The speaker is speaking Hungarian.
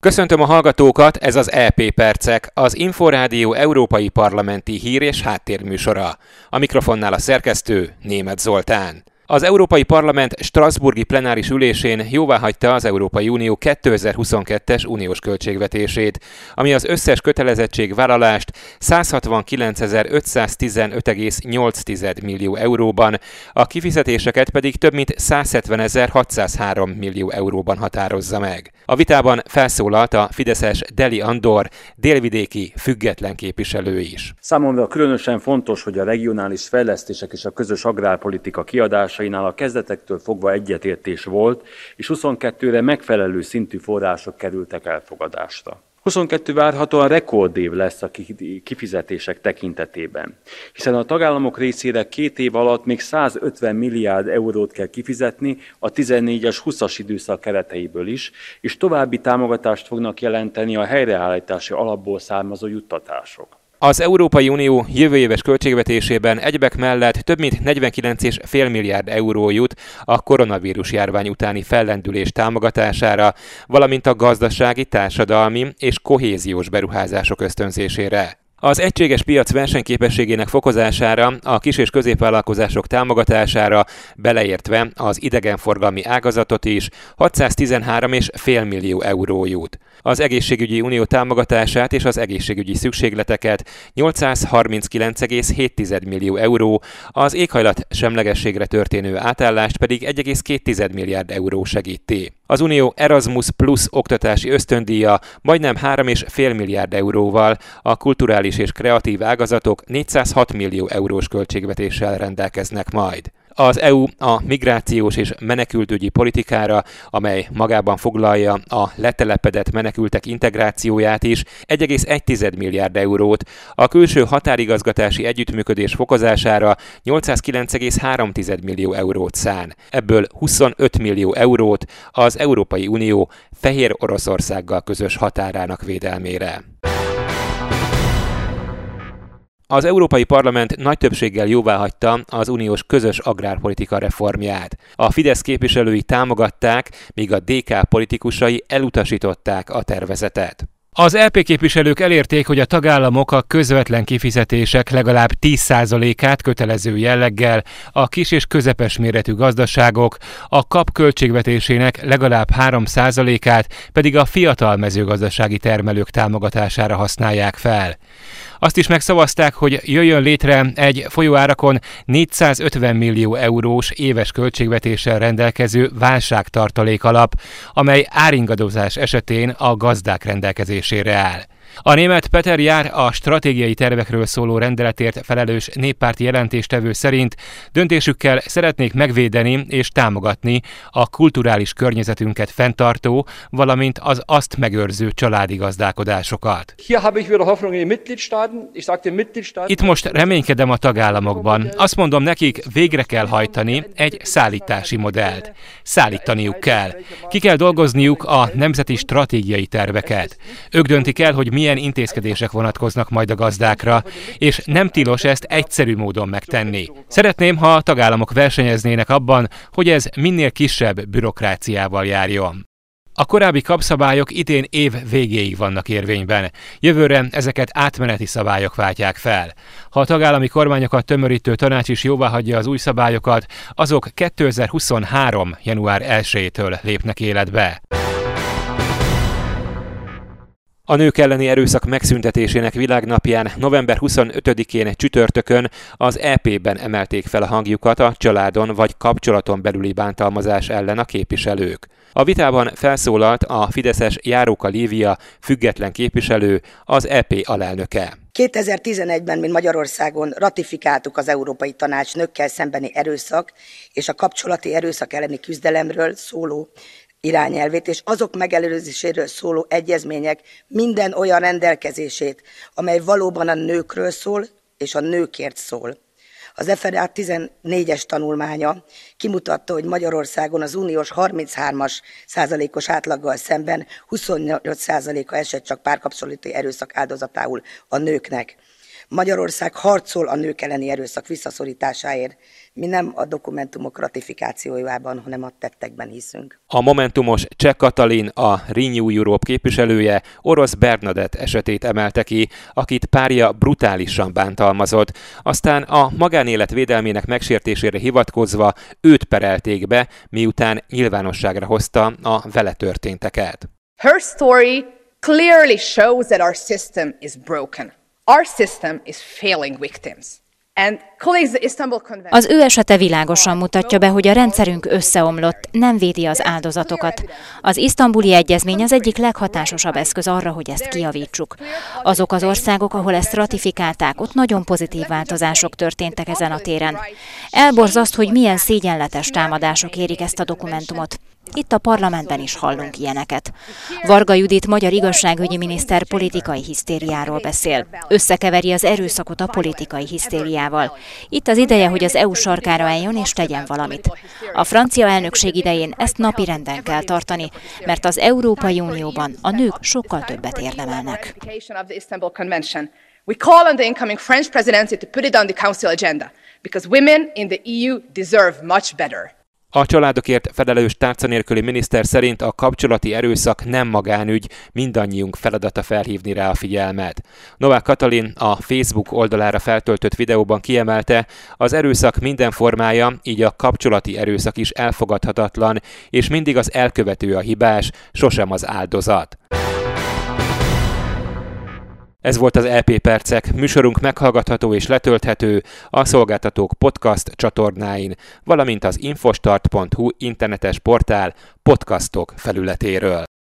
Köszöntöm a hallgatókat, ez az EP Percek, az Inforádió európai parlamenti hír- és háttérműsora. A mikrofonnál a szerkesztő, Németh Zoltán. Az Európai Parlament strasbourgi plenáris ülésén jóváhagyta az Európai Unió 2022-es uniós költségvetését, ami az összes kötelezettségvállalást 169.515,8 millió euróban, a kifizetéseket pedig több mint 170.603 millió euróban határozza meg. A vitában felszólalt a fideszes Deli Andor, délvidéki független képviselő is. Számomra különösen fontos, hogy a regionális fejlesztések és a közös agrárpolitika kiadásainál a kezdetektől fogva egyetértés volt, és 22-re megfelelő szintű források kerültek elfogadásra. 22 várhatóan rekordév lesz a kifizetések tekintetében, hiszen a tagállamok részére 2 év alatt még 150 milliárd eurót kell kifizetni a 14-es 20-as időszak kereteiből is, és további támogatást fognak jelenteni a helyreállítási alapból származó juttatások. Az Európai Unió jövő éves költségvetésében egyebek mellett több mint 49,5 milliárd euró jut a koronavírus járvány utáni fellendülés támogatására, valamint a gazdasági, társadalmi és kohéziós beruházások ösztönzésére. Az egységes piac versenyképességének fokozására, a kis- és középvállalkozások támogatására, beleértve az idegenforgalmi ágazatot is 613,5 millió euró jut. Az egészségügyi unió támogatását és az egészségügyi szükségleteket 839,7 millió euró, az éghajlat semlegességre történő átállást pedig 1,2 milliárd euró segíti. Az unió Erasmus Plus oktatási ösztöndíja majdnem 3,5 milliárd euróval, a kulturális és kreatív ágazatok 406 millió eurós költségvetéssel rendelkeznek majd. Az EU a migrációs és menekültügyi politikára, amely magában foglalja a letelepedett menekültek integrációját is, 1,1 milliárd eurót, a külső határigazgatási együttműködés fokozására 809,3 millió eurót szán. Ebből 25 millió eurót az Európai Unió Fehér Oroszországgal közös határának védelmére. Az Európai Parlament nagy többséggel jóváhagyta az uniós közös agrárpolitika reformját. A Fidesz képviselői támogatták, míg a DK politikusai elutasították a tervezetet. Az LP képviselők elérték, hogy a tagállamok a közvetlen kifizetések legalább 10%-át kötelező jelleggel, a kis és közepes méretű gazdaságok a KAP költségvetésének legalább 3%-át pedig a fiatal mezőgazdasági termelők támogatására használják fel. Azt is megszavazták, hogy jöjjön létre egy folyóárakon 450 millió eurós éves költségvetéssel rendelkező válságtartalék alap, amely áringadozás esetén a gazdák rendelkezésére áll. A német Peter Jár, a stratégiai tervekről szóló rendeletért felelős néppárti jelentéstevő szerint döntésükkel szeretnék megvédeni és támogatni a kulturális környezetünket fenntartó, valamint az azt megőrző családi gazdálkodásokat. Itt most reménykedem a tagállamokban. Azt mondom nekik, végre kell hajtani egy szállítási modellt. Szállítaniuk kell. Ki kell dolgozniuk a nemzeti stratégiai terveket. Ők döntik el, hogy milyen intézkedések vonatkoznak majd a gazdákra, és nem tilos ezt egyszerű módon megtenni. Szeretném, ha a tagállamok versenyeznének abban, hogy ez minél kisebb bürokráciával járjon. A korábbi kapszabályok idén év végéig vannak érvényben. Jövőre ezeket átmeneti szabályok váltják fel. Ha a tagállami kormányokat tömörítő tanács is jóváhagyja az új szabályokat, azok 2023. január 1-től lépnek életbe. A nők elleni erőszak megszüntetésének világnapján november 25-én csütörtökön az EP-ben emelték fel a hangjukat a családon vagy kapcsolaton belüli bántalmazás ellen a képviselők. A vitában felszólalt a fideszes Járóka Lívia, független képviselő, az EP alelnöke. 2011-ben, mint Magyarországon ratifikáltuk az Európai Tanács nőkkel szembeni erőszak és a kapcsolati erőszak elleni küzdelemről szóló irányelvét, és azok megelőzéséről szóló egyezmények minden olyan rendelkezését, amely valóban a nőkről szól, és a nőkért szól. Az FRA 14-es tanulmánya kimutatta, hogy Magyarországon az uniós 33% átlaggal szemben 28%-a esett csak párkapcsolati erőszak áldozatául a nőknek. Magyarország harcol a nők elleni erőszak visszaszorításáért. Mi nem a dokumentumok ratifikációjában, hanem a tettekben hiszünk. A momentumos Cseh Katalin, a Renew Europe képviselője Orosz Bernadett esetét emelte ki, akit párja brutálisan bántalmazott. Aztán a magánélet védelmének megsértésére hivatkozva őt perelték be, miután nyilvánosságra hozta a vele történteket. Her story clearly shows that our system is broken. Our system is failing victims. Az ő esete világosan mutatja be, hogy a rendszerünk összeomlott, nem védi az áldozatokat. Az Isztambuli Egyezmény az egyik leghatásosabb eszköz arra, hogy ezt kijavítsuk. Azok az országok, ahol ezt ratifikálták, ott nagyon pozitív változások történtek ezen a téren. Elborzaszt, hogy milyen szégyenletes támadások érik ezt a dokumentumot. Itt a parlamentben is hallunk ilyeneket. Varga Judit magyar igazságügyi miniszter politikai hisztériáról beszél. Összekeveri az erőszakot a politikai hisztériával. Itt az ideje, hogy az EU sarkára álljon és tegyen valamit. A francia elnökség idején ezt napirenden kell tartani, mert az Európai Unióban a nők sokkal többet érdemelnek. We call on the incoming French presidency to put it on the council agenda, because women in the EU deserve much better. A családokért felelős tárca nélküli miniszter szerint a kapcsolati erőszak nem magánügy, mindannyiunk feladata felhívni rá a figyelmet. Novák Katalin a Facebook oldalára feltöltött videóban kiemelte, az erőszak minden formája, így a kapcsolati erőszak is elfogadhatatlan, és mindig az elkövető a hibás, sosem az áldozat. Ez volt az EP Percek, műsorunk meghallgatható és letölthető a szolgáltatók podcast csatornáin, valamint az infostart.hu internetes portál podcastok felületéről.